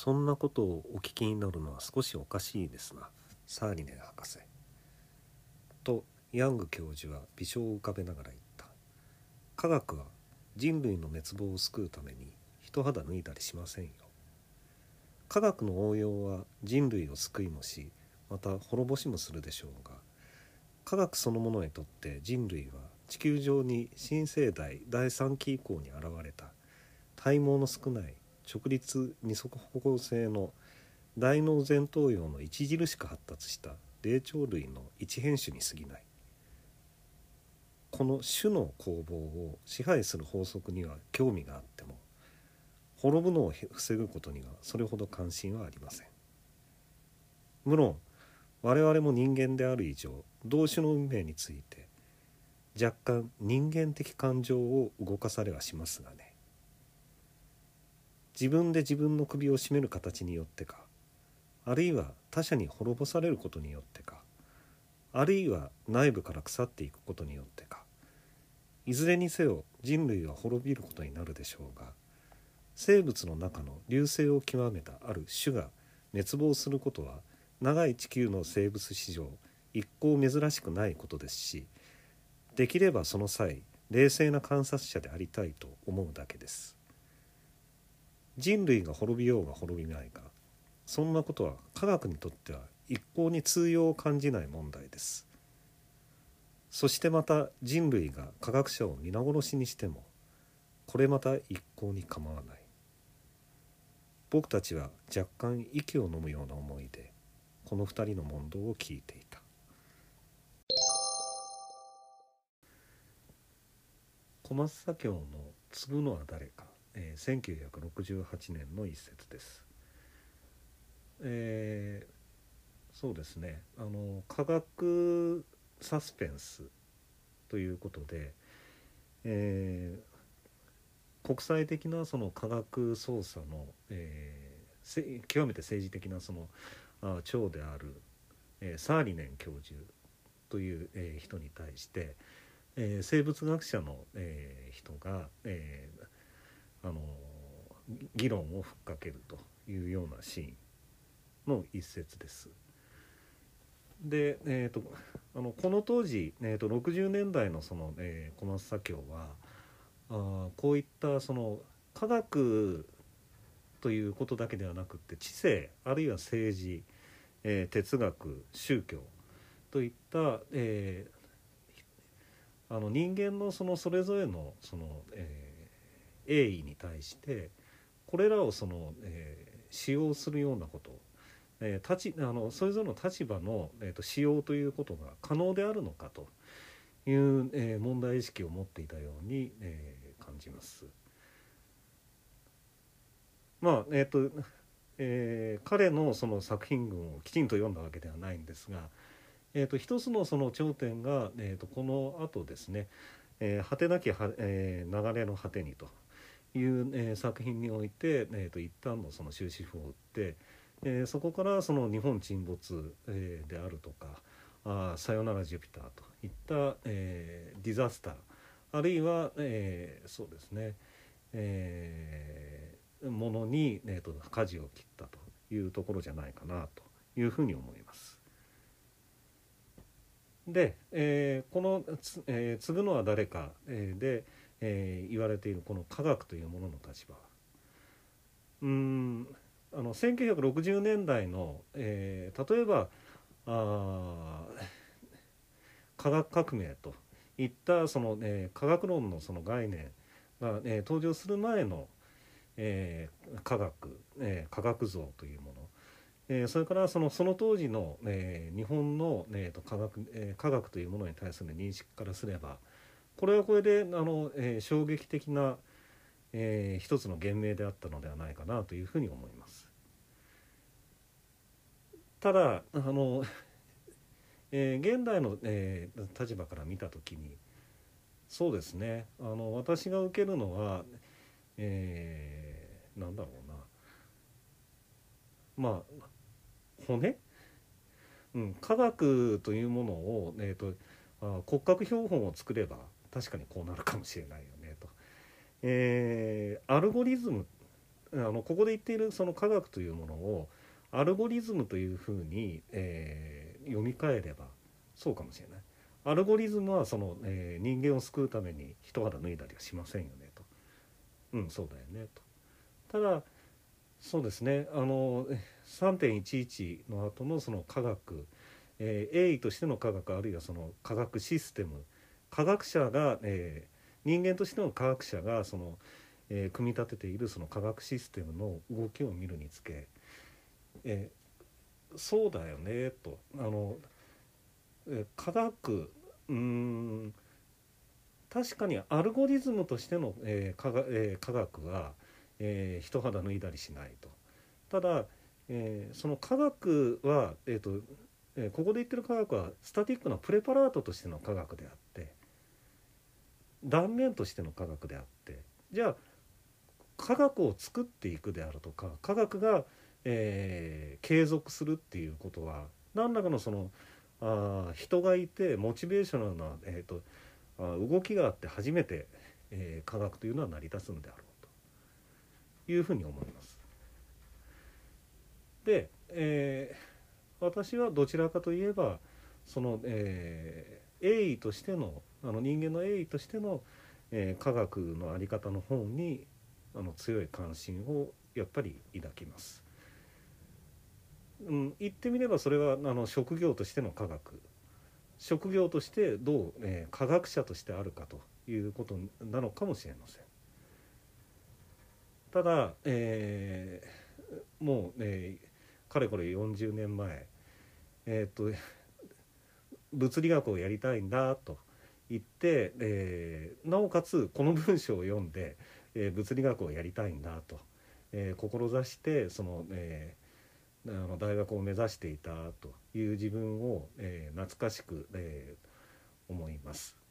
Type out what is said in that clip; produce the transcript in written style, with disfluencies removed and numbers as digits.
そんなことをお聞きになるのは少しおかしいですな、サーリネン博士。とヤング教授は微笑を浮かべながら言った。科学は人類の滅亡を救うために一肌脱いだりしませんよ。科学の応用は人類を救いもし、また滅ぼしもするでしょうが、科学そのものにとって人類は地球上に新生代第3期以降に現れた体毛の少ない直立二足歩行性の大脳前頭葉の著しく発達した霊長類の一変種に過ぎない。この種の攻防を支配する法則には興味があっても、滅ぶのを防ぐことにはそれほど関心はありません。無論我々も人間である以上、同種の運命について若干人間的感情を動かされはしますがね。自分で自分の首を絞める形によってか、あるいは他者に滅ぼされることによってか、あるいは内部から腐っていくことによってか、いずれにせよ人類は滅びることになるでしょうが、生物の中の隆盛を極めたある種が滅亡することは長い地球の生物史上一向珍しくないことですし、できればその際冷静な観察者でありたいと思うだけです。人類が滅びようが滅びないが、そんなことは科学にとっては一向に通用を感じない問題です。そしてまた人類が科学者を皆殺しにしても、これまた一向に構わない。僕たちは若干息を飲むような思いでこの二人の問答を聞いていた。小松左京の継ぐのは誰か、1968年の一節です。そうですね、科学サスペンスということで、国際的なその科学捜査の、極めて政治的なその長である、サーリネン教授という、人に対して、生物学者の、人が、議論をふっかけるというようなシーンの一節です。で、この当時、60年代のその、小松左京はこういったその科学ということだけではなくって知性、あるいは政治、哲学、宗教といった、人間のそのそれぞれのその、栄意に対してこれらをその、使用するようなこと、それぞれの立場の、使用ということが可能であるのかという、問題意識を持っていたように、感じます。まあ彼のその作品群をきちんと読んだわけではないんですが、一つのその頂点が、この後ですね「果てなき流れの果てに」という、作品において、一旦のその終止符を打って、そこからその日本沈没、であるとかさよならジュピターといった、ディザスター、あるいは、そうですね、ものに、舵を切ったというところじゃないかなというふうに思います。で、この継ぐのは誰か、で、言われているこの科学というものの立場は、1960年代の、例えば科学革命といったその、科学論のその概念が、登場する前の、科学、科学像というもの、それからその当時の、日本の、科学というものに対する認識からすれば、これはこれで衝撃的な、一つの言明であったのではないかなというふうに思います。ただ現代の、立場から見たときに、そうですね、私が受けるのは、なんだろうな、まあ骨、科学というものを、骨格標本を作れば確かにこうなるかもしれないよねと、アルゴリズム、 ここで言っているその科学というものをアルゴリズムというふうに、読み替えればそうかもしれない。アルゴリズムはその、人間を救うために一肌脱いだりはしませんよねと。そうだよねと。ただそうですね、3.11 の後のその科学、鋭意としての科学、あるいはその科学システム、科学者が、人間としての科学者がその、組み立てているその科学システムの動きを見るにつけ、そうだよねと、科学、確かにアルゴリズムとしての、科学は、一肌脱いだりしないと。ただ、その科学は、ここで言ってる科学はスタティックなプレパラートとしての科学であって、断面としての科学であって、じゃあ科学を作っていくであるとか、科学が、継続するっていうことは何らかのその人がいてモチベーショナルな、動きがあって初めて、科学というのは成り立つんであろうというふうに思います。で、私はどちらかといえばその、鋭意としての人間の鋭意としての、科学の在り方の方に強い関心をやっぱり抱きます。言ってみればそれは職業としての科学、職業としてどう、科学者としてあるかということなのかもしれません。ただ、もう、かれこれ40年前、物理学をやりたいんだと言って、なおかつこの文章を読んで、物理学をやりたいんだと、志してその、大学を目指していたという自分を、懐かしく、思います。